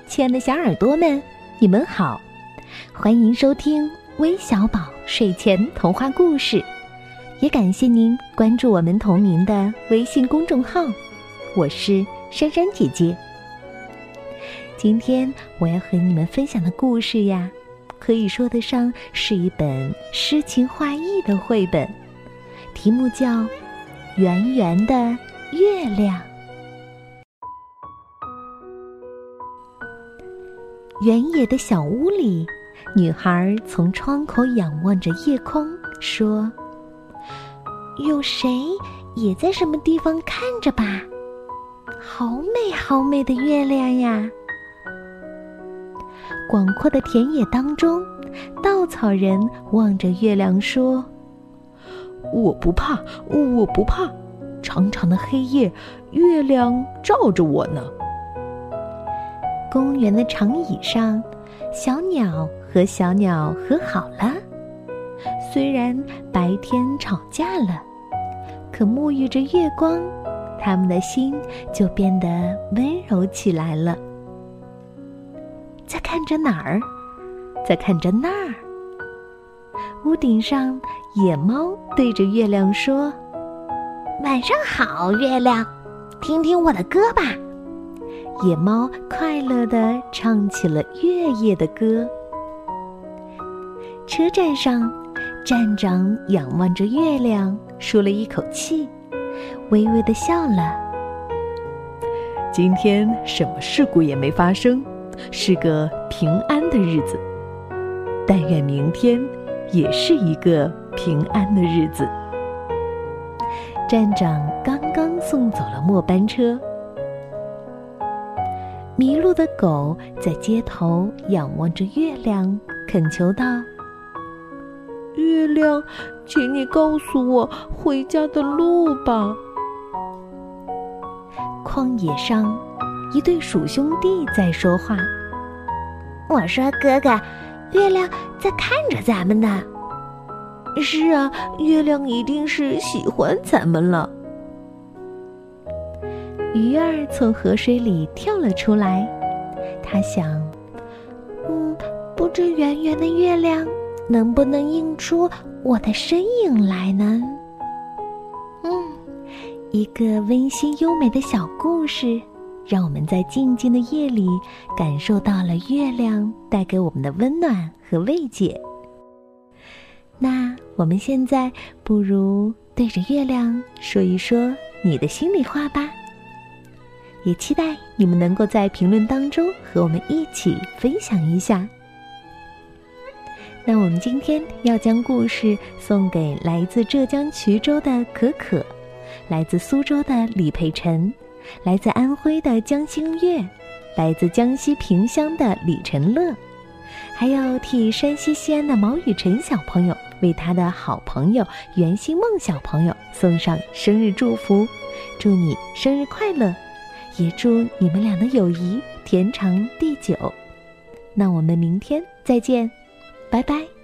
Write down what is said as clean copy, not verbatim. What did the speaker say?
亲爱的小耳朵们，你们好，欢迎收听微小宝睡前童话故事，也感谢您关注我们同名的微信公众号，我是珊珊姐姐。今天我要和你们分享的故事呀，可以说得上是一本诗情画意的绘本，题目叫《圆圆的月亮》。原野的小屋里，女孩从窗口仰望着夜空，说：有谁也在什么地方看着吧？好美好美的月亮呀！广阔的田野当中，稻草人望着月亮说：我不怕，我不怕，长长的黑夜，月亮照着我呢。公园的长椅上，小鸟和小鸟和好了，虽然白天吵架了，可沐浴着月光，它们的心就变得温柔起来了。在看着哪儿？在看着那儿。屋顶上，野猫对着月亮说：晚上好，月亮，听听我的歌吧。野猫快乐地唱起了月夜的歌。车站上，站长仰望着月亮，舒了一口气，微微地笑了。今天什么事故也没发生，是个平安的日子。但愿明天也是一个平安的日子。站长刚刚送走了末班车。迷路的狗在街头仰望着月亮，恳求道：月亮，请你告诉我回家的路吧。旷野上，一对鼠兄弟在说话。我说哥哥，月亮在看着咱们呢。是啊，月亮一定是喜欢咱们了。鱼儿从河水里跳了出来，他想，不知圆圆的月亮能不能映出我的身影来呢？一个温馨优美的小故事，让我们在静静的夜里感受到了月亮带给我们的温暖和慰藉。那我们现在不如对着月亮说一说你的心里话吧。也期待你们能够在评论当中和我们一起分享一下。那我们今天要将故事送给来自浙江衢州的可可，来自苏州的李佩晨，来自安徽的江星月，来自江西萍乡的李晨乐，还要替山西西安的毛雨晨小朋友为他的好朋友袁新梦小朋友送上生日祝福，祝你生日快乐，也祝你们俩的友谊天长地久。那我们明天再见，拜拜。